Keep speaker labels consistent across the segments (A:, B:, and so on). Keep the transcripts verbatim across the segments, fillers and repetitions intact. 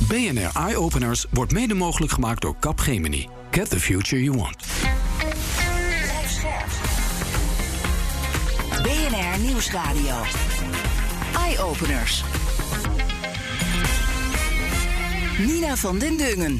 A: B N R Eye Openers wordt mede mogelijk gemaakt door Capgemini. Get the future you want.
B: B N R Nieuwsradio. Eye Openers. Nina van den Dungen.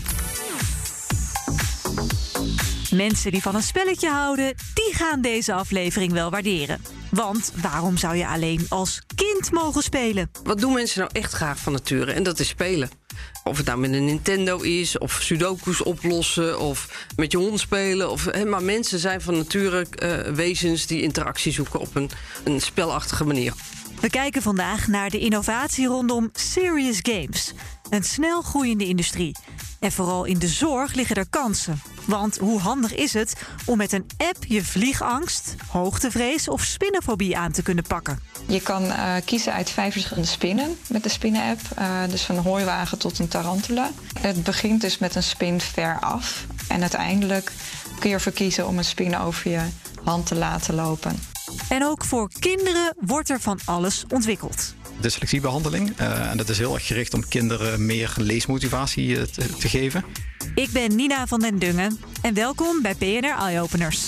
C: Mensen die van een spelletje houden, die gaan deze aflevering wel waarderen. Want waarom zou je alleen als kind mogen spelen?
D: Wat doen mensen nou echt graag van nature? En dat is spelen. Of het nou met een Nintendo is, of sudoku's oplossen, of met je hond spelen. Of, he, maar mensen zijn van nature uh, wezens die interactie zoeken op een, een spelachtige manier.
C: We kijken vandaag naar de innovatie rondom serious games. Een snel groeiende industrie. En vooral in de zorg liggen er kansen. Want hoe handig is het om met een app je vliegangst, hoogtevrees of spinnenfobie aan te kunnen pakken?
E: Je kan uh, kiezen uit vijf verschillende spinnen met de spinnen-app. Uh, dus van een hooiwagen tot een tarantula. Het begint dus met een spin ver af. En uiteindelijk kun je ervoor kiezen om een spin over je hand te laten lopen.
C: En ook voor kinderen wordt er van alles ontwikkeld.
F: Dyslexiebehandeling. Uh, en dat is heel erg gericht om kinderen meer leesmotivatie uh, te, te geven.
C: Ik ben Nina van den Dungen en welkom bij B N R Eye Openers.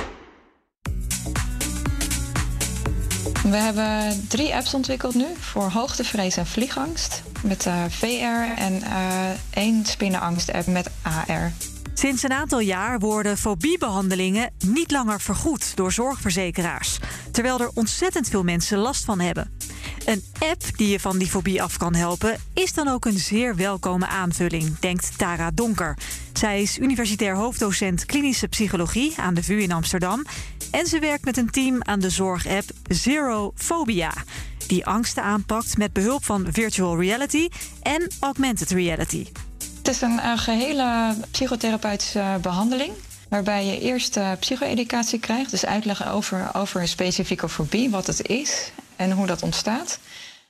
E: We hebben drie apps ontwikkeld nu voor hoogtevrees en vliegangst. Met uh, V R en uh, één spinnenangst-app met A R.
C: Sinds een aantal jaar worden fobiebehandelingen niet langer vergoed door zorgverzekeraars. Terwijl er ontzettend veel mensen last van hebben. Een app die je van die fobie af kan helpen is dan ook een zeer welkome aanvulling, denkt Tara Donker. Zij is universitair hoofddocent klinische psychologie aan de V U in Amsterdam. En ze werkt met een team aan de zorgapp Zero Phobia, die angsten aanpakt met behulp van virtual reality en augmented reality.
E: Het is een uh, gehele psychotherapeutische behandeling, waarbij je eerst uh, psycho-educatie krijgt. Dus uitleg over, over een specifieke fobie, wat het is en hoe dat ontstaat.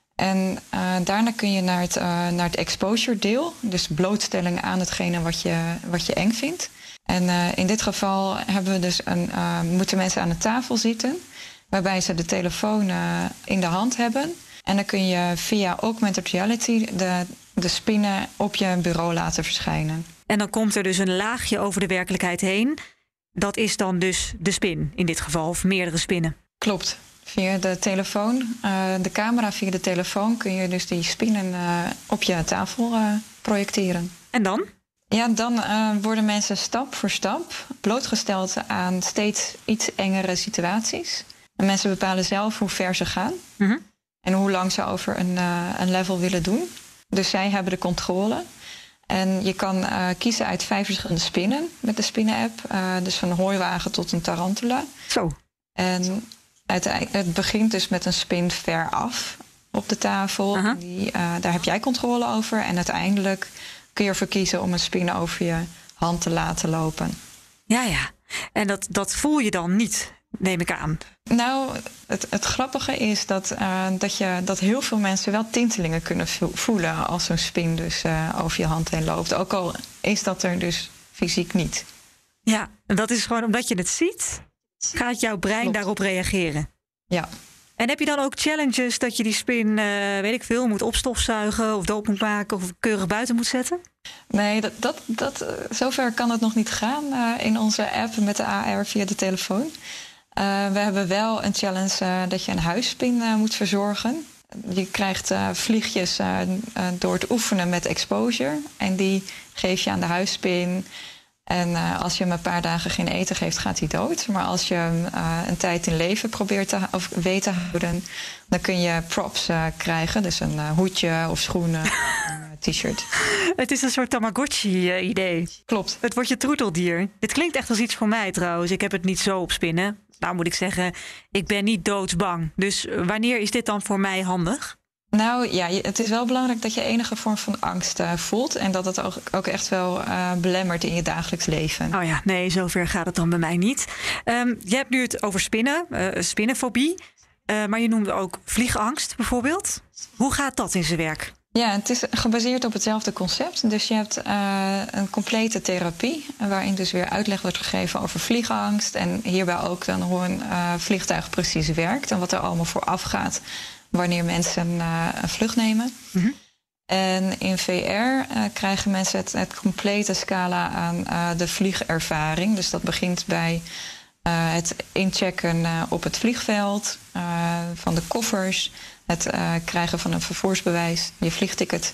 E: En uh, daarna kun je naar het, uh, naar het exposure deel, dus blootstelling aan hetgene wat je, wat je ing vindt. En uh, in dit geval hebben we dus een, uh, moeten mensen aan de tafel zitten, waarbij ze de telefoon uh, in de hand hebben. En dan kun je via augmented reality de, de spinnen op je bureau laten verschijnen.
C: En dan komt er dus een laagje over de werkelijkheid heen. Dat is dan dus de spin in dit geval, of meerdere spinnen.
E: Klopt. Via de telefoon, uh, de camera via de telefoon kun je dus die spinnen uh, op je tafel uh, projecteren.
C: En dan?
E: Ja, dan uh, worden mensen stap voor stap blootgesteld aan steeds iets engere situaties. En mensen bepalen zelf hoe ver ze gaan. Mm-hmm. En hoe lang ze over een, uh, een level willen doen. Dus zij hebben de controle. En je kan uh, kiezen uit vijf verschillende spinnen met de spinnen-app. Uh, dus van een hooiwagen tot een tarantula.
C: Zo.
E: En het, het begint dus met een spin ver af op de tafel. Uh-huh. Die, uh, daar heb jij controle over. En uiteindelijk kun je ervoor kiezen om een spin over je hand te laten lopen.
C: Ja, ja. En dat, dat voel je dan niet, neem ik aan.
E: Nou, het, het grappige is dat, uh, dat, je, dat heel veel mensen wel tintelingen kunnen voelen als zo'n spin dus uh, over je hand heen loopt. Ook al is dat er dus fysiek niet.
C: Ja, en dat is gewoon omdat je het ziet, gaat jouw brein Klopt. daarop reageren.
E: Ja.
C: En heb je dan ook challenges dat je die spin, uh, weet ik veel, moet opstofzuigen of dood moet maken of keurig buiten moet zetten?
E: Nee, dat, dat, dat, uh, zover kan het nog niet gaan uh, in onze app met de A R via de telefoon. Uh, we hebben wel een challenge uh, dat je een huisspin uh, moet verzorgen. Je krijgt uh, vliegjes uh, uh, door het oefenen met exposure. En die geef je aan de huisspin. En uh, als je hem een paar dagen geen eten geeft, gaat hij dood. Maar als je hem uh, een tijd in leven probeert te, of weet te houden, dan kun je props uh, krijgen. Dus een uh, hoedje of schoenen, een t-shirt.
C: Het is een soort Tamagotchi-idee.
E: Klopt.
C: Het wordt je troeteldier. Dit klinkt echt als iets voor mij trouwens. Ik heb het niet zo op spinnen. Nou moet ik zeggen, ik ben niet doodsbang. Dus wanneer is dit dan voor mij handig?
E: Nou ja, het is wel belangrijk dat je enige vorm van angst uh, voelt. En dat het ook, ook echt wel uh, belemmert in je dagelijks leven.
C: Oh ja, nee, zover gaat het dan bij mij niet. Um, je hebt nu het over spinnen, uh, spinnenfobie. Uh, maar je noemde ook vliegangst bijvoorbeeld. Hoe gaat dat in zijn werk?
E: Ja, het is gebaseerd op hetzelfde concept. Dus je hebt uh, een complete therapie, waarin dus weer uitleg wordt gegeven over vliegangst. En hierbij ook dan hoe een uh, vliegtuig precies werkt en wat er allemaal voor afgaat wanneer mensen uh, een vlucht nemen. Mm-hmm. En in V R uh, krijgen mensen het, het complete scala aan uh, de vliegervaring. Dus dat begint bij uh, het inchecken uh, op het vliegveld, uh, van de koffers, het uh, krijgen van een vervoersbewijs, je vliegticket.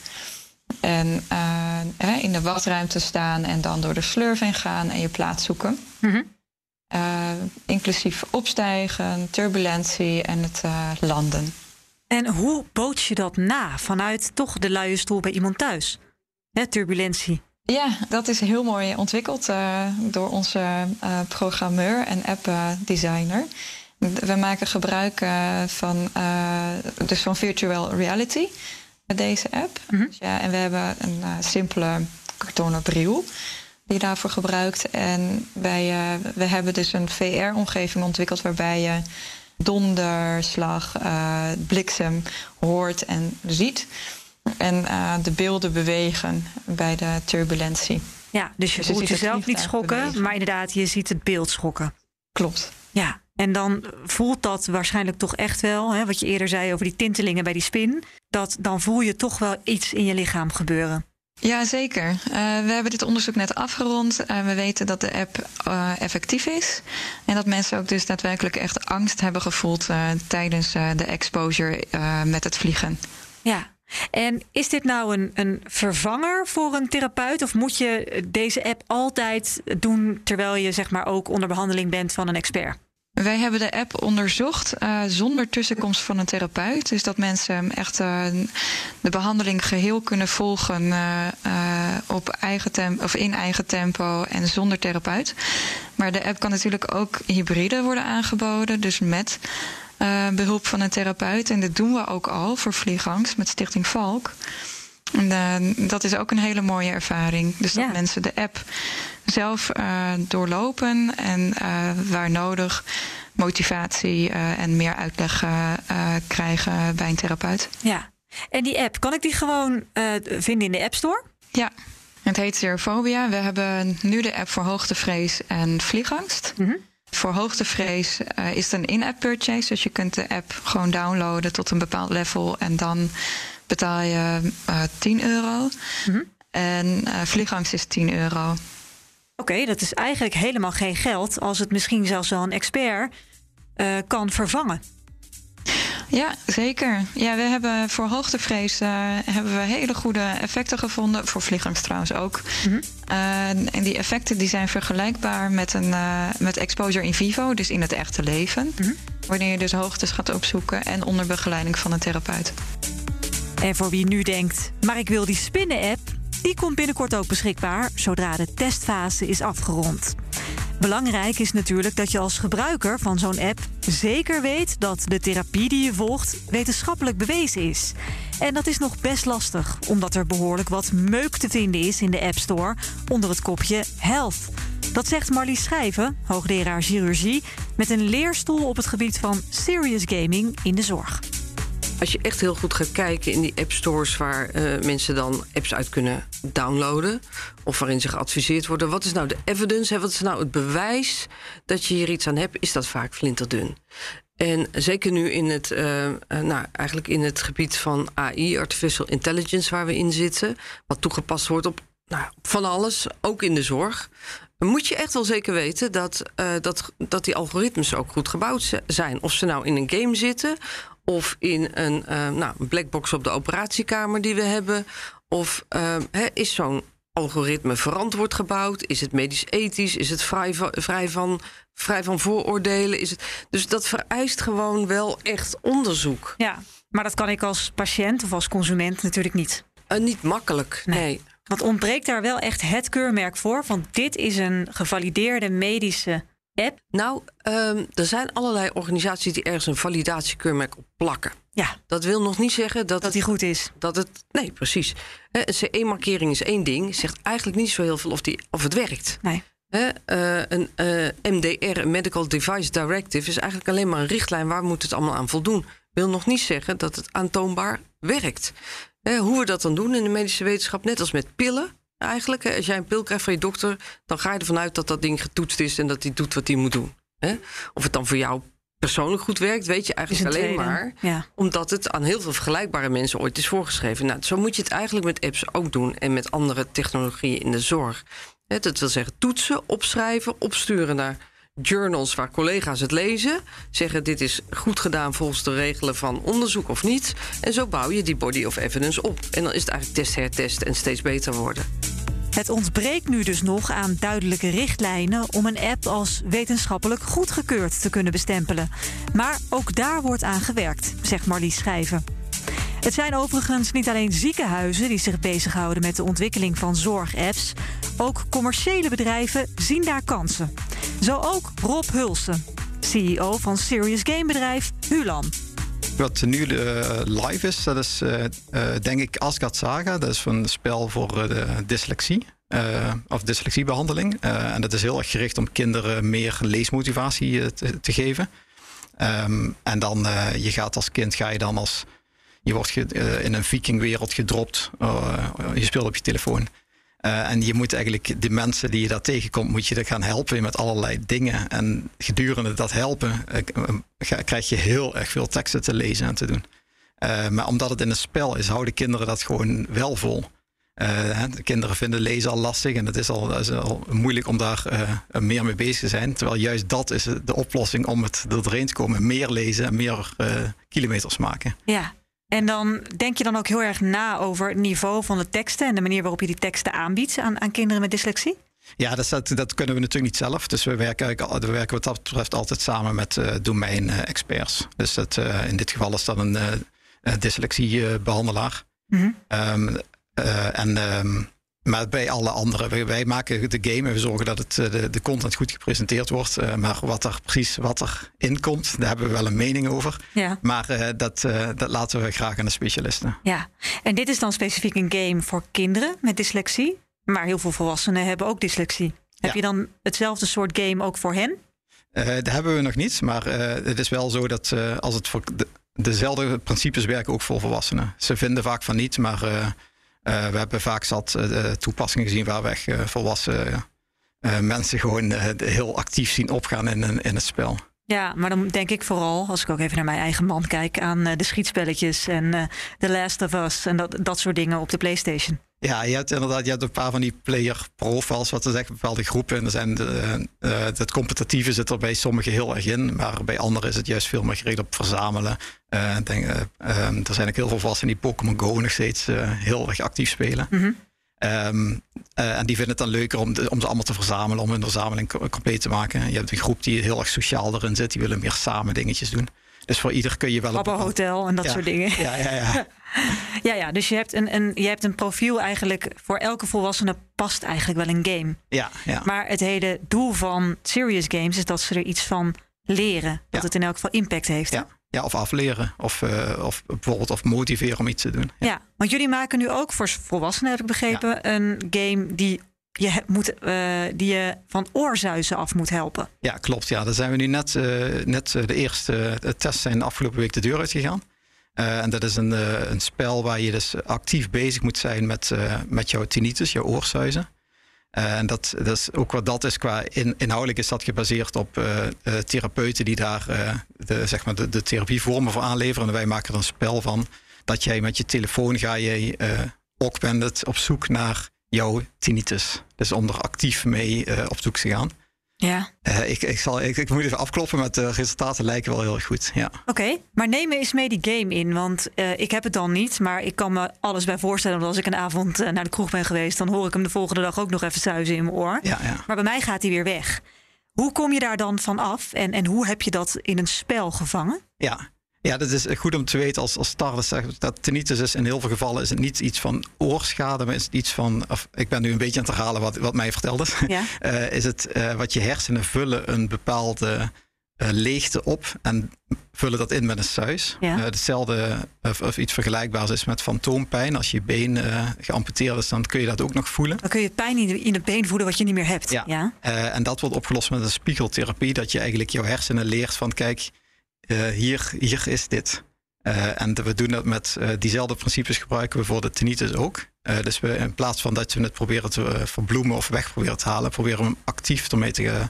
E: En uh, in de wachtruimte staan en dan door de slurf heen gaan en je plaats zoeken. Mm-hmm. Uh, inclusief opstijgen, turbulentie en het uh, landen.
C: En hoe boots je dat na vanuit toch de luie stoel bij iemand thuis? Hè, turbulentie.
E: Ja, dat is heel mooi ontwikkeld uh, door onze uh, programmeur en app-designer. We maken gebruik uh, van, uh, dus van virtual reality met deze app. Mm-hmm. Dus ja, en we hebben een uh, simpele kartonnen bril die je daarvoor gebruikt. En wij, uh, we hebben dus een V R-omgeving ontwikkeld waarbij je donderslag, uh, bliksem hoort en ziet. En uh, de beelden bewegen bij de turbulentie.
C: Ja, dus je dus voelt je jezelf niet schokken, bewegen. Maar inderdaad, je ziet het beeld schokken.
E: Klopt.
C: Ja, en dan voelt dat waarschijnlijk toch echt wel, hè, wat je eerder zei over die tintelingen bij die spin, dat dan voel je toch wel iets in je lichaam gebeuren.
E: Ja, zeker. Uh, we hebben dit onderzoek net afgerond. Uh, we weten dat de app uh, effectief is. En dat mensen ook dus daadwerkelijk echt angst hebben gevoeld uh, tijdens uh, de exposure uh, met het vliegen.
C: Ja, en is dit nou een, een vervanger voor een therapeut? Of moet je deze app altijd doen terwijl je zeg maar ook onder behandeling bent van een expert?
E: Wij hebben de app onderzocht uh, zonder tussenkomst van een therapeut. Dus dat mensen echt uh, de behandeling geheel kunnen volgen uh, uh, op eigen tem- of in eigen tempo en zonder therapeut. Maar de app kan natuurlijk ook hybride worden aangeboden, dus met uh, behulp van een therapeut. En dat doen we ook al voor vliegangst met Stichting Valk. En uh, dat is ook een hele mooie ervaring. Dus dat ja. mensen de app zelf uh, doorlopen en uh, waar nodig motivatie uh, en meer uitleg uh, uh, krijgen bij een therapeut.
C: Ja, en die app, kan ik die gewoon uh, vinden in de App Store?
E: Ja, het heet Zerophobia. We hebben nu de app voor hoogtevrees en vliegangst. Mm-hmm. Voor hoogtevrees uh, is het een in-app purchase. Dus je kunt de app gewoon downloaden tot een bepaald level en dan betaal je uh, tien euro. Mm-hmm. En uh, vliegangst is tien euro.
C: Oké, okay, dat is eigenlijk helemaal geen geld als het misschien zelfs wel een expert uh, kan vervangen.
E: Ja, zeker. Ja, we hebben voor hoogtevrees uh, hebben we hele goede effecten gevonden. Voor vliegangst trouwens ook. Mm-hmm. Uh, en die effecten die zijn vergelijkbaar met, een, uh, met exposure in vivo, dus in het echte leven. Mm-hmm. Wanneer je dus hoogtes gaat opzoeken en onder begeleiding van een therapeut.
C: En voor wie nu denkt, maar ik wil die spinnen-app, die komt binnenkort ook beschikbaar zodra de testfase is afgerond. Belangrijk is natuurlijk dat je als gebruiker van zo'n app zeker weet dat de therapie die je volgt wetenschappelijk bewezen is. En dat is nog best lastig, omdat er behoorlijk wat meuk te vinden is in de App Store onder het kopje Health. Dat zegt Marlies Schijven, hoogleraar chirurgie, met een leerstoel op het gebied van serious gaming in de zorg.
D: Als je echt heel goed gaat kijken in die appstores waar uh, mensen dan apps uit kunnen downloaden, of waarin ze geadviseerd worden, wat is nou de evidence, hè, wat is nou het bewijs dat je hier iets aan hebt, is dat vaak flinterdun. En zeker nu in het, uh, uh, nou, eigenlijk in het gebied van A I, Artificial Intelligence, waar we in zitten, wat toegepast wordt op, nou, op van alles, ook in de zorg, moet je echt wel zeker weten dat, uh, dat, dat die algoritmes ook goed gebouwd zijn. Of ze nou in een game zitten, of in een uh, nou, blackbox op de operatiekamer die we hebben. Of uh, he, is zo'n algoritme verantwoord gebouwd? Is het medisch-ethisch? Is het vrij van, vrij, van, vrij van vooroordelen? Is het, dus dat vereist gewoon wel echt onderzoek.
C: Ja, maar dat kan ik als patiënt of als consument natuurlijk niet.
D: Uh, niet makkelijk, nee. nee.
C: Want ontbreekt daar wel echt het keurmerk voor? Want dit is een gevalideerde medische app.
D: Nou, um, er zijn allerlei organisaties die ergens een validatiekeurmerk op plakken.
C: Ja.
D: Dat wil nog niet zeggen dat
C: dat die goed is.
D: Dat het, nee, precies. Een C E-markering is één ding. Zegt eigenlijk niet zo heel veel of, die, of het werkt.
C: Nee.
D: He, uh, een uh, M D R, een Medical Device Directive, is eigenlijk alleen maar een richtlijn. Waar moet het allemaal aan voldoen? Wil nog niet zeggen dat het aantoonbaar werkt. He, hoe we dat dan doen in de medische wetenschap, net als met pillen. Eigenlijk, als jij een pil krijgt van je dokter, dan ga je ervan uit dat dat ding getoetst is en dat hij doet wat hij moet doen. He? Of het dan voor jou persoonlijk goed werkt, weet je eigenlijk alleen
C: tweede,
D: maar
C: ja.
D: omdat het aan heel veel vergelijkbare mensen ooit is voorgeschreven. Nou, zo moet je het eigenlijk met apps ook doen en met andere technologieën in de zorg. He, dat wil zeggen toetsen, opschrijven, opsturen naar journals waar collega's het lezen. Zeggen dit is goed gedaan volgens de regelen van onderzoek of niet. En zo bouw je die body of evidence op. En dan is het eigenlijk test, hertest en steeds beter worden.
C: Het ontbreekt nu dus nog aan duidelijke richtlijnen om een app als wetenschappelijk goedgekeurd te kunnen bestempelen. Maar ook daar wordt aan gewerkt, zegt Marlies Schijven. Het zijn overigens niet alleen ziekenhuizen die zich bezighouden met de ontwikkeling van zorgapps. Ook commerciële bedrijven zien daar kansen. Zo ook Rob Hulsen, C E O van serious gamebedrijf Hulan.
F: Wat nu uh, live is, dat is uh, uh, denk ik Asgard Saga. Dat is een spel voor uh, de dyslexie. Uh, of dyslexiebehandeling. Uh, en dat is heel erg gericht om kinderen meer leesmotivatie uh, te, te geven. Um, en dan, uh, je gaat als kind, ga je dan als... Je wordt ge, uh, in een vikingwereld gedropt. Uh, je speelt op je telefoon. Uh, en je moet eigenlijk de mensen die je daar tegenkomt, moet je er gaan helpen met allerlei dingen. En gedurende dat helpen uh, krijg je heel erg veel teksten te lezen en te doen. Uh, maar omdat het in een spel is, houden kinderen dat gewoon wel vol. Uh, de kinderen vinden lezen al lastig en het is al, is al moeilijk om daar uh, meer mee bezig te zijn. Terwijl juist dat is de oplossing om het er doorheen te komen. Meer lezen en meer uh, kilometers maken.
C: Ja. En dan denk je dan ook heel erg na over het niveau van de teksten en de manier waarop je die teksten aanbiedt aan, aan kinderen met dyslexie?
F: Ja, dat, dat, dat kunnen we natuurlijk niet zelf. Dus we werken, we werken wat dat betreft altijd samen met uh, domein-experts. Dus dat, uh, in dit geval is dat een uh, dyslexiebehandelaar. Mm-hmm. Um, uh, en, um, maar bij alle andere, wij, wij maken de game en we zorgen dat het, de, de content goed gepresenteerd wordt. Uh, maar wat er precies wat erin komt, daar hebben we wel een mening over. Ja. Maar uh, dat, uh, dat laten we graag aan de specialisten.
C: Ja, en dit is dan specifiek een game voor kinderen met dyslexie. Maar heel veel volwassenen hebben ook dyslexie. Heb ja. je dan hetzelfde soort game ook voor hen?
F: Uh, dat hebben we nog niet. Maar uh, het is wel zo dat uh, als het voor de, dezelfde principes werken ook voor volwassenen. Ze vinden vaak van niet, maar... Uh, Uh, we hebben vaak zat uh, toepassingen gezien waar we uh, volwassen uh, mensen gewoon uh, heel actief zien opgaan in, in het spel.
C: Ja, maar dan denk ik vooral, als ik ook even naar mijn eigen man kijk, aan uh, de schietspelletjes en uh, The Last of Us en dat, dat soort dingen op de PlayStation.
F: Ja, je hebt inderdaad je hebt een paar van die player profiles, wat we zeggen, bepaalde groepen. En er zijn de, uh, het competitieve zit er bij sommigen heel erg in, maar bij anderen is het juist veel meer gericht op verzamelen. Uh, denk, uh, um, er zijn ook heel veel volwassenen die Pokémon Go nog steeds uh, heel erg actief spelen. Mm-hmm. Um, uh, en die vinden het dan leuker om, de, om ze allemaal te verzamelen, om hun verzameling co- compleet te maken. Je hebt een groep die heel erg sociaal erin zit, die willen meer samen dingetjes doen. Dus voor ieder kun je wel...
C: Papa Hotel en dat
F: ja,
C: soort dingen.
F: Ja, ja, ja.
C: ja, ja, dus je hebt, een, een, je hebt een profiel eigenlijk... voor elke volwassene past eigenlijk wel een game.
F: Ja, ja.
C: Maar het hele doel van serious games is dat ze er iets van leren. Dat ja. het in elk geval impact heeft.
F: Ja. Ja, of afleren. Of, uh, of bijvoorbeeld of motiveren om iets te doen.
C: Ja. ja, want jullie maken nu ook voor volwassenen, heb ik begrepen... Ja. een game die je, moet, uh, die je van oorzuizen af moet helpen.
F: Ja, klopt. Ja. Daar zijn we nu net, uh, net uh, de eerste uh, tests zijn de afgelopen week de deur uitgegaan. Uh, en dat is een, uh, een spel waar je dus actief bezig moet zijn met, uh, met jouw tinnitus, jouw oorzuizen. Uh, en dat, dat is ook wat dat is qua in, inhoudelijk is dat gebaseerd op uh, uh, therapeuten die daar uh, de, zeg maar de, de therapievormen voor aanleveren. En wij maken er een spel van dat jij met je telefoon ga je uh, augmented op zoek naar jouw tinnitus. Dus om er actief mee uh, op zoek te gaan.
C: Ja.
F: Uh, ik, ik, zal, ik, ik moet even afkloppen, maar de resultaten lijken wel heel erg goed. Ja.
C: Oké, okay, maar neem me eens mee die game in. Want uh, ik heb het dan niet, maar ik kan me alles bij voorstellen. Want als ik een avond uh, naar de kroeg ben geweest... dan hoor ik hem de volgende dag ook nog even zuizen in mijn oor. Ja, ja. Maar bij mij gaat hij weer weg. Hoe kom je daar dan van af? En, en hoe heb je dat in een spel gevangen?
F: Ja. Ja, dat is goed om te weten als, als starter. Dat tinnitus is in heel veel gevallen is het niet iets van oorschade, maar is het iets van, of ik ben nu een beetje aan het herhalen wat, wat mij vertelde. Ja. Uh, is het uh, wat je hersenen vullen een bepaalde uh, leegte op en vullen dat in met een suis. Ja. Uh, hetzelfde of, of iets vergelijkbaars is met fantoompijn. Als je been uh, geamputeerd is, dan kun je dat ook nog voelen.
C: Dan kun je pijn in, de, in het been voelen wat je niet meer hebt.
F: Ja.
C: Ja.
F: Uh, en dat wordt opgelost met een spiegeltherapie, dat je eigenlijk jouw hersenen leert van kijk, Uh, hier, hier is dit. Uh, en we doen dat met uh, diezelfde principes gebruiken we voor de tinnitus ook. Uh, dus we, in plaats van dat we het proberen te uh, verbloemen of weg proberen te halen, proberen we hem actief ermee te,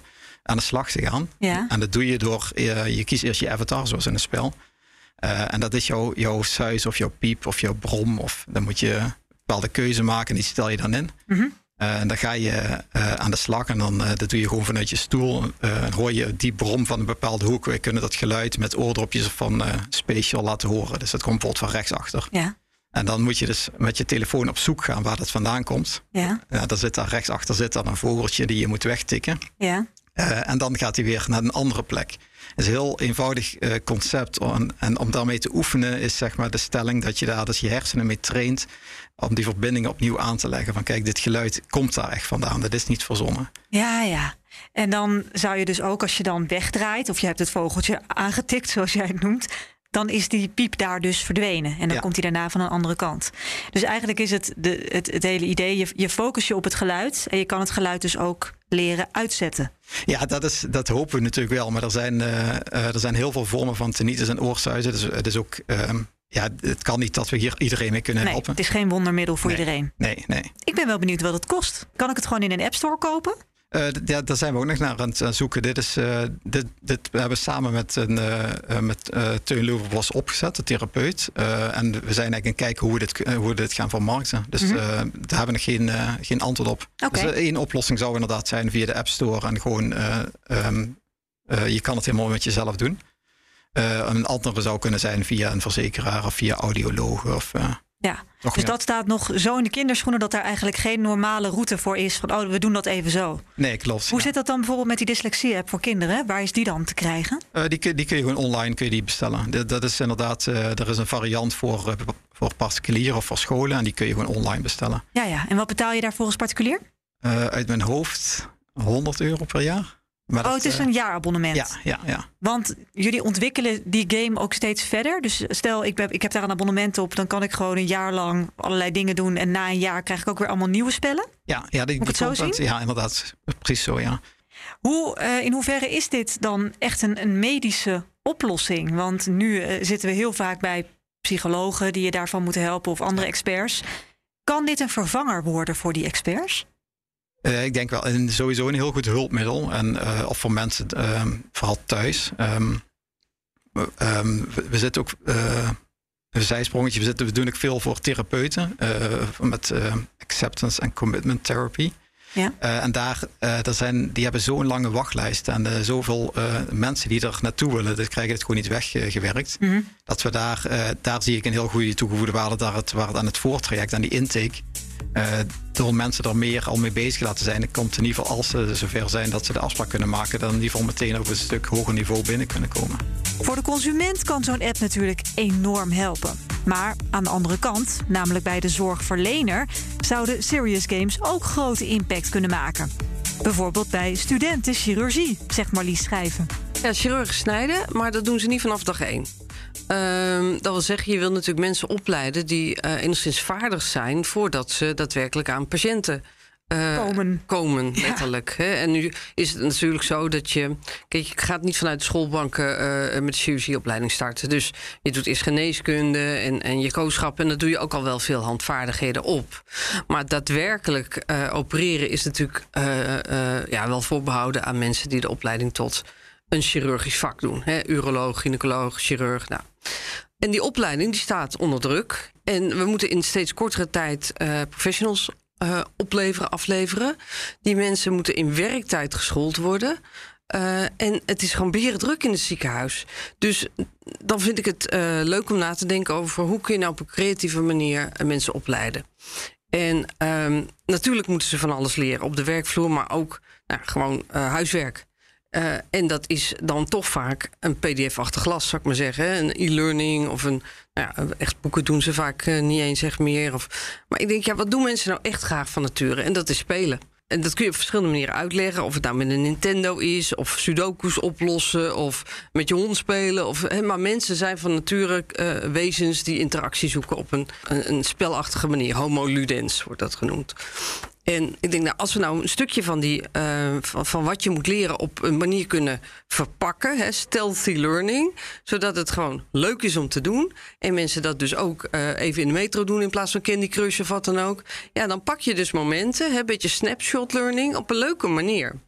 F: aan de slag te gaan.
C: Ja.
F: En dat doe je door, uh, je kiest eerst je avatar, zoals in een spel. Uh, en dat is jouw, jouw suis of jouw piep of jouw brom. Of dan moet je een bepaalde keuze maken en die stel je dan in.
C: Mm-hmm.
F: Uh, en dan ga je uh, aan de slag en dan uh, dat doe je gewoon vanuit je stoel. Uh, hoor je die brom van een bepaalde hoek. We kunnen dat geluid met oordopjes van uh, Spatial laten horen. Dus dat komt bijvoorbeeld van rechtsachter.
C: Ja.
F: En dan moet je dus met je telefoon op zoek gaan waar dat vandaan komt.
C: Ja.
F: Ja, dan zit daar rechtsachter zit dan een vogeltje die je moet wegtikken.
C: Ja.
F: Uh, en dan gaat hij weer naar een andere plek. Het is een heel eenvoudig uh, concept. En, en om daarmee te oefenen is zeg maar de stelling dat je daar dus je hersenen mee traint om die verbindingen opnieuw aan te leggen. Van kijk, dit geluid komt daar echt vandaan. Dat is niet verzonnen.
C: Ja, ja. En dan zou je dus ook als je dan wegdraait of je hebt het vogeltje aangetikt, zoals jij het noemt, dan is die piep daar dus verdwenen. En dan
F: ja.
C: komt hij daarna van een andere kant. Dus eigenlijk is het de, het, het hele idee, je, je focus je op het geluid en je kan het geluid dus ook leren uitzetten.
F: Ja, dat, is, dat hopen we natuurlijk wel. Maar er zijn, uh, uh, er zijn heel veel vormen van tinnitus en oorsuizen. Dus het is ook, uh, ja, het kan niet dat we hier iedereen mee kunnen
C: nee,
F: helpen.
C: Het is geen wondermiddel voor
F: nee,
C: iedereen.
F: Nee, nee.
C: Ik ben wel benieuwd wat het kost. Kan ik het gewoon in een App Store kopen?
F: Uh, ja, daar zijn we ook nog naar aan het zoeken. Dit is, uh, dit, dit we hebben samen met, een, uh, met uh, Teun Loeverbos opgezet, de therapeut. Uh, en we zijn eigenlijk aan het kijken hoe we dit, uh, hoe we dit gaan vermarkten. Dus mm-hmm. uh, daar hebben we nog geen, uh, geen antwoord op.
C: Okay.
F: Dus één oplossing zou inderdaad zijn via de App Store. En gewoon, uh, um, uh, je kan het helemaal met jezelf doen. Uh, een andere zou kunnen zijn via een verzekeraar of via audiologen of... Uh,
C: Ja,
F: Toch,
C: dus
F: ja.
C: dat staat nog zo in de kinderschoenen dat daar eigenlijk geen normale route voor is. Van, oh, we doen dat even zo.
F: Nee, klopt.
C: Hoe
F: ja.
C: zit dat dan bijvoorbeeld met die dyslexie-app voor kinderen? Waar is die dan te krijgen?
F: Uh, die, die kun je gewoon online kun je die bestellen. Dat, dat is inderdaad, uh, er is een variant voor, uh, voor particulieren of voor scholen. En die kun je gewoon online bestellen.
C: Ja, ja. En wat betaal je daarvoor als particulier?
F: Uh, uit mijn hoofd honderd euro per jaar. Maar
C: oh,
F: dat,
C: het is een jaarabonnement.
F: Ja, ja, ja.
C: Want jullie ontwikkelen die game ook steeds verder. Dus stel, ik heb, ik heb daar een abonnement op. Dan kan ik gewoon een jaar lang allerlei dingen doen. En na een jaar krijg ik ook weer allemaal nieuwe spellen.
F: Ja, ja die,
C: Moet ik
F: die
C: het zo
F: content,
C: zien?
F: ja, inderdaad. Precies zo, ja.
C: Hoe, uh, in hoeverre is dit dan echt een, een medische oplossing? Want nu uh, zitten we heel vaak bij psychologen die je daarvan moeten helpen of andere experts. Kan dit een vervanger worden voor die experts?
F: Uh, ik denk wel, en sowieso een heel goed hulpmiddel. En, uh, of voor mensen, uh, vooral thuis. Um, um, we, we zitten ook, uh, een zijsprongetje, we, zitten, we doen ook veel voor therapeuten. Uh, met uh, acceptance en commitment therapy.
C: Ja.
F: Uh, en daar, uh, daar zijn, die hebben zo'n lange wachtlijst. En uh, zoveel uh, mensen die er naartoe willen, dat krijgen het gewoon niet weggewerkt. Uh, mm-hmm. Dat we daar, uh, daar zie ik een heel goede toegevoegde waarde daar het, waar het aan het voortraject, aan die intake. Uh, door mensen er meer al mee bezig laten zijn, dan komt in ieder geval, als ze zover zijn dat ze de afspraak kunnen maken, dan in ieder geval meteen op een stuk hoger niveau binnen kunnen komen.
C: Voor de consument kan zo'n app natuurlijk enorm helpen. Maar aan de andere kant, namelijk bij de zorgverlener, zouden serious games ook grote impact kunnen maken. Bijvoorbeeld bij studenten chirurgie, zegt Marlies Schijven.
D: Ja, chirurgen snijden, maar dat doen ze niet vanaf dag één. Um, dat wil zeggen, je wil natuurlijk mensen opleiden die uh, enigszins vaardig zijn voordat ze daadwerkelijk aan patiënten uh,
C: komen.
D: komen, letterlijk. Ja. Hè? En nu is het natuurlijk zo dat je... Kijk, je gaat niet vanuit de schoolbanken uh, met de chirurgieopleiding starten. Dus je doet eerst geneeskunde en, en je kooschap, en daar doe je ook al wel veel handvaardigheden op. Maar daadwerkelijk uh, opereren is natuurlijk uh, uh, ja, wel voorbehouden aan mensen die de opleiding tot een chirurgisch vak doen. Hè? Uroloog, gynaecoloog, chirurg. Nou. En die opleiding die staat onder druk. En we moeten in steeds kortere tijd uh, professionals uh, opleveren, afleveren. Die mensen moeten in werktijd geschoold worden. Uh, en het is gewoon berendruk in het ziekenhuis. Dus dan vind ik het uh, leuk om na te denken over hoe kun je nou op een creatieve manier uh, mensen opleiden. En um, natuurlijk moeten ze van alles leren op de werkvloer, maar ook nou, gewoon uh, huiswerk. Uh, en dat is dan toch vaak een P D F-achtig glas, zou ik maar zeggen. Een e-learning of een... Nou ja, echt boeken doen ze vaak uh, niet eens echt meer. Of, maar ik denk, ja, wat doen mensen nou echt graag van nature? En dat is spelen. En dat kun je op verschillende manieren uitleggen. Of het nou met een Nintendo is, of sudokus oplossen, of met je hond spelen. Of, he, maar mensen zijn van nature uh, wezens die interactie zoeken op een, een, een spelachtige manier. Homo ludens wordt dat genoemd. En ik denk, nou, als we nou een stukje van, die, uh, van, van wat je moet leren op een manier kunnen verpakken, hè, stealthy learning, zodat het gewoon leuk is om te doen. En mensen dat dus ook uh, even in de metro doen in plaats van Candy Crush of wat dan ook. Ja, dan pak je dus momenten, een beetje snapshot learning op een leuke manier.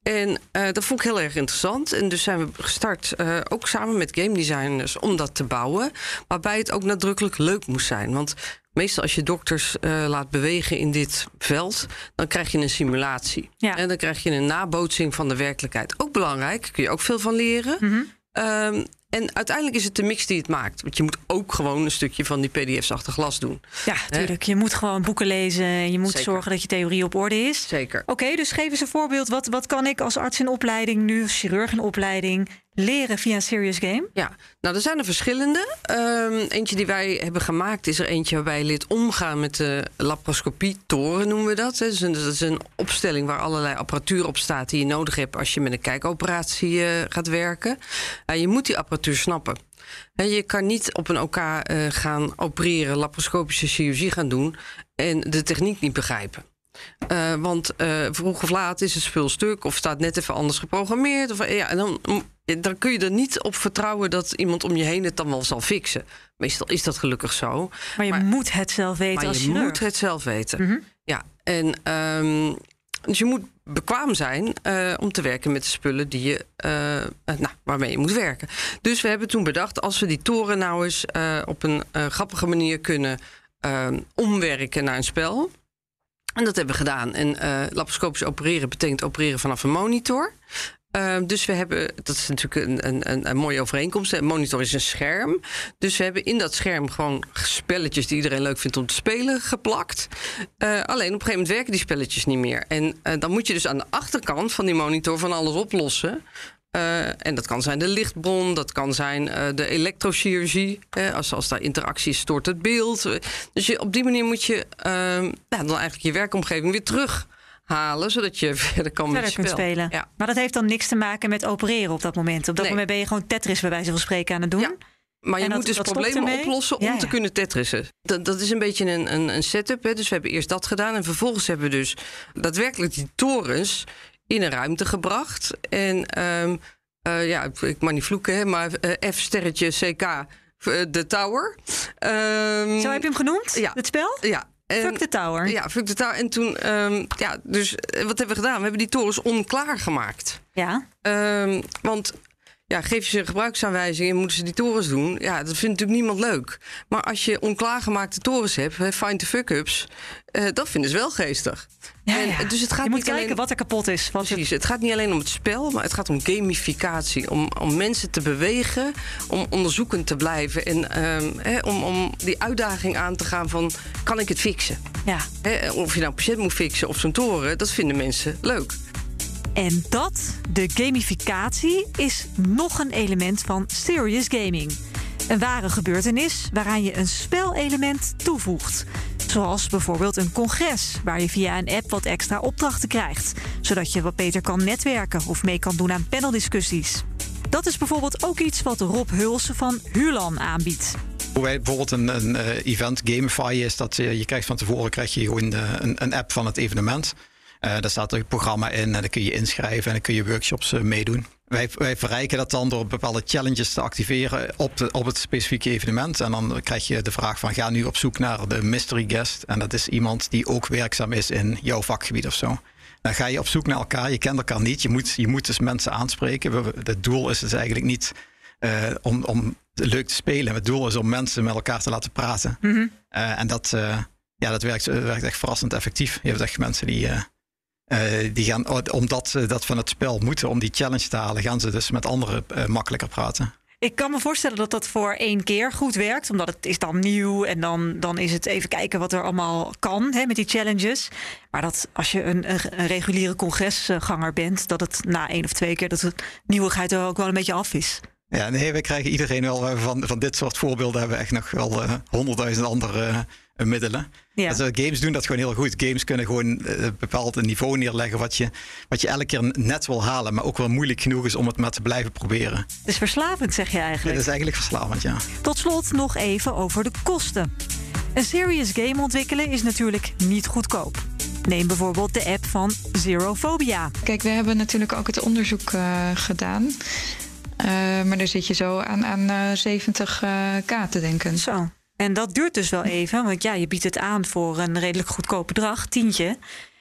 D: En uh, dat vond ik heel erg interessant. En dus zijn we gestart, uh, ook samen met game designers, om dat te bouwen. Waarbij het ook nadrukkelijk leuk moest zijn. Want meestal als je dokters uh, laat bewegen in dit veld, dan krijg je een simulatie.
C: Ja.
D: En dan krijg je een nabootsing van de werkelijkheid. Ook belangrijk, kun je ook veel van leren.
C: Mm-hmm.
D: Um, en uiteindelijk is het de mix die het maakt. Want je moet ook gewoon een stukje van die P D F's achter glas doen.
C: Ja, natuurlijk. Je moet gewoon boeken lezen. En je moet
D: Zeker.
C: zorgen dat je theorie op orde is.
D: Zeker.
C: Oké, okay, dus geef eens een voorbeeld. Wat, wat kan ik als arts in opleiding, nu als chirurg in opleiding, leren via een serious game?
D: Ja, nou, er zijn er verschillende. Um, eentje die wij hebben gemaakt is er eentje waarbij je leert omgaan met de laparoscopietoren, noemen we dat. Dus dat is een opstelling waar allerlei apparatuur op staat die je nodig hebt als je met een kijkoperatie uh, gaat werken. Uh, je moet die apparatuur snappen. He, je kan niet op een O K uh, gaan opereren, laparoscopische chirurgie gaan doen en de techniek niet begrijpen. Uh, want uh, vroeg of laat is het spul stuk of staat net even anders geprogrammeerd. Of, ja, en dan, dan kun je er niet op vertrouwen dat iemand om je heen het dan wel zal fixen. Meestal is dat gelukkig zo.
C: Maar je maar, moet het zelf weten
D: maar
C: als
D: je
C: chirurg.
D: moet het zelf weten.
C: Mm-hmm.
D: Ja, en um, dus je moet bekwaam zijn uh, om te werken met de spullen die je, uh, nou, waarmee je moet werken. Dus we hebben toen bedacht, als we die toren nou eens uh, op een uh, grappige manier kunnen uh, omwerken naar een spel. En dat hebben we gedaan. En uh, laparoscopisch opereren betekent opereren vanaf een monitor. Uh, dus we hebben, dat is natuurlijk een, een, een mooie overeenkomst. Een monitor is een scherm. Dus we hebben in dat scherm gewoon spelletjes die iedereen leuk vindt om te spelen geplakt. Uh, alleen op een gegeven moment werken die spelletjes niet meer. En uh, dan moet je dus aan de achterkant van die monitor van alles oplossen. Uh, en dat kan zijn de lichtbron, dat kan zijn uh, de elektrochirurgie. Uh, als, als daar interactie is, stoort het beeld. Uh, dus je, op die manier moet je uh, nou, dan eigenlijk je werkomgeving weer terughalen, zodat je verder kan
C: verder
D: met
C: kunt
D: spel.
C: spelen.
D: Ja.
C: Maar dat heeft dan niks te maken met opereren op dat moment. Op dat
D: Nee.
C: moment ben je gewoon Tetris bij wijze van spreken aan het doen.
D: Ja. Maar je
C: En dat-
D: moet dus
C: dat stopt
D: problemen
C: ermee?
D: oplossen om
C: Ja,
D: te
C: ja.
D: kunnen tetrissen. Dat, dat is een beetje een, een, een setup. Hè. Dus we hebben eerst dat gedaan. En vervolgens hebben we dus daadwerkelijk die torens in een ruimte gebracht. En um, uh, ja, ik mag niet vloeken, hè, maar uh, F-sterretje C K, uh, de tower. Um,
C: Zo heb je hem genoemd?
D: Ja.
C: Het spel?
D: Ja. En,
C: Fuck the Tower.
D: Ja, fuck the tower. En toen, um, ja, dus uh, wat hebben we gedaan? We hebben die torens onklaar gemaakt.
C: Ja.
D: Um, want ja, geef je ze een gebruiksaanwijzing en moeten ze die torens doen. Ja, dat vindt natuurlijk niemand leuk. Maar als je onklaargemaakte torens hebt, hè, find the fuck-ups, uh, dat vinden ze wel geestig.
C: Ja,
D: En,
C: ja.
D: dus het gaat
C: je moet
D: niet
C: kijken
D: alleen,
C: wat er kapot is. Wat
D: precies, het gaat niet alleen om het spel, maar het gaat om gamificatie. Om, om mensen te bewegen, om onderzoekend te blijven. En um, hè, om, om die uitdaging aan te gaan van, kan ik het fixen?
C: Ja.
D: Hè, of je nou een patiënt moet fixen of zo'n toren, dat vinden mensen leuk.
C: En dat, de gamificatie, is nog een element van serious gaming. Een ware gebeurtenis waaraan je een spelelement toevoegt. Zoals bijvoorbeeld een congres, waar je via een app wat extra opdrachten krijgt. Zodat je wat beter kan netwerken of mee kan doen aan paneldiscussies. Dat is bijvoorbeeld ook iets wat Rob Hulsen van Hulan aanbiedt.
F: Hoe wij bijvoorbeeld een, een uh, event gamify is dat uh, je krijgt van tevoren krijg je gewoon uh, een, een app van het evenement. Uh, daar staat er een programma in en dan kun je inschrijven en dan kun je workshops uh, meedoen. Wij, wij verrijken dat dan door bepaalde challenges te activeren op, de, op het specifieke evenement. En dan krijg je de vraag van ga nu op zoek naar de mystery guest. En dat is iemand die ook werkzaam is in jouw vakgebied of zo. Dan ga je op zoek naar elkaar, je kent elkaar niet. Je moet, je moet dus mensen aanspreken. Het doel is dus eigenlijk niet uh, om, om leuk te spelen. Het doel is om mensen met elkaar te laten praten. Mm-hmm. Uh, en dat, uh, ja, dat werkt, werkt echt verrassend effectief. Je hebt echt mensen die... Uh, Uh, die gaan, omdat ze dat van het spel moeten, om die challenge te halen, gaan ze dus met anderen uh, makkelijker praten.
C: Ik kan me voorstellen dat dat voor één keer goed werkt, omdat het is dan nieuw en dan, dan is het even kijken wat er allemaal kan hè, met die challenges. Maar dat als je een, een, een reguliere congresganger bent, dat het na één of twee keer dat de nieuwigheid er ook wel een beetje af is.
F: Ja, nee, we krijgen iedereen wel van, van dit soort voorbeelden hebben we echt nog wel uh, honderdduizend andere uh, middelen.
C: Ja.
F: Dus, uh, games doen dat gewoon heel goed. Games kunnen gewoon uh, een bepaald niveau neerleggen wat je, wat je elke keer net wil halen, maar ook wel moeilijk genoeg is om het maar te blijven proberen.
C: Het is verslavend, zeg je eigenlijk.
F: Ja, dat is eigenlijk verslavend, ja.
C: Tot slot nog even over de kosten. Een serious game ontwikkelen is natuurlijk niet goedkoop. Neem bijvoorbeeld de app van Zerophobia.
E: Kijk, we hebben natuurlijk ook het onderzoek uh, gedaan. Uh, maar daar zit je zo aan, aan uh, zeventig k te denken.
C: Zo. En dat duurt dus wel even, want ja, je biedt het aan voor een redelijk goedkoop bedrag, tientje.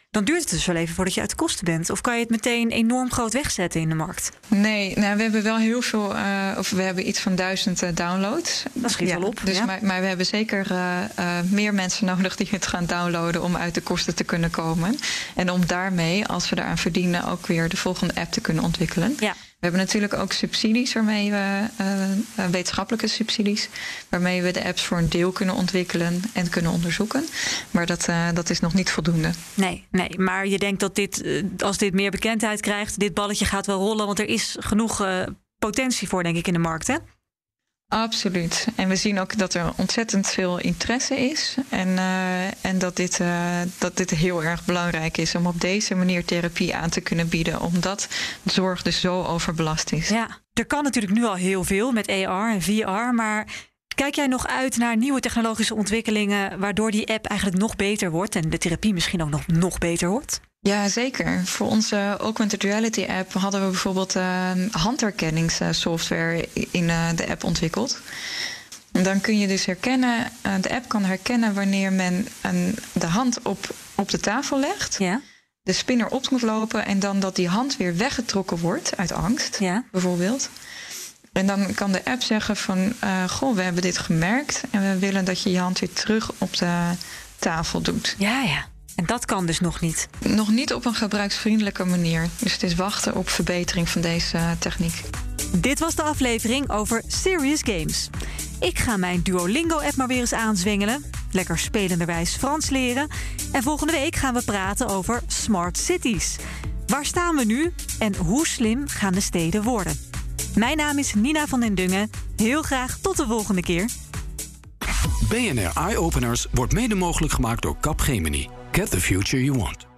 C: dan duurt het dus wel even voordat je uit de kosten bent. Of kan je het meteen enorm groot wegzetten in de markt?
E: Nee, nou, we hebben wel heel veel, uh, of we hebben iets van duizend uh, downloads.
C: Dat schiet
E: ja,
C: wel op.
E: Dus
C: ja.
E: maar, maar we hebben zeker uh, uh, meer mensen nodig die het gaan downloaden om uit de kosten te kunnen komen. En om daarmee, als we daaraan verdienen, ook weer de volgende app te kunnen ontwikkelen.
C: Ja.
E: We hebben natuurlijk ook subsidies waarmee we, uh, wetenschappelijke subsidies, waarmee we de apps voor een deel kunnen ontwikkelen en kunnen onderzoeken. Maar dat, uh, dat is nog niet voldoende.
C: Nee, nee, maar je denkt dat dit, als dit meer bekendheid krijgt, dit balletje gaat wel rollen, want er is genoeg uh, potentie voor, denk ik, in de markt, hè?
E: Absoluut. En we zien ook dat er ontzettend veel interesse is. En, uh, en dat, dit, uh, dat dit heel erg belangrijk is om op deze manier therapie aan te kunnen bieden. Omdat zorg dus zo overbelast is.
C: Ja, er kan natuurlijk nu al heel veel met A R en V R. Maar kijk jij nog uit naar nieuwe technologische ontwikkelingen waardoor die app eigenlijk nog beter wordt en de therapie misschien ook nog, nog beter wordt?
E: Ja, zeker. Voor onze augmented reality app hadden we bijvoorbeeld uh, handherkenningssoftware in uh, de app ontwikkeld. En dan kun je dus herkennen, uh, de app kan herkennen wanneer men een, de hand op, op de tafel legt,
C: Ja.
E: de spinner op moet lopen en dan dat die hand weer weggetrokken wordt uit angst,
C: Ja.
E: bijvoorbeeld. En dan kan de app zeggen van, uh, goh, we hebben dit gemerkt en we willen dat je je hand weer terug op de tafel doet.
C: Ja, ja. En dat kan dus nog niet.
E: Nog niet op een gebruiksvriendelijke manier. Dus het is wachten op verbetering van deze uh, techniek.
C: Dit was de aflevering over Serious Games. Ik ga mijn Duolingo-app maar weer eens aanzwengelen. Lekker spelenderwijs Frans leren. En volgende week gaan we praten over smart cities. Waar staan we nu en hoe slim gaan de steden worden? Mijn naam is Nina van den Dungen. Heel graag tot de volgende keer.
A: B N R Eye Openers wordt mede mogelijk gemaakt door Capgemini. Get the future you want.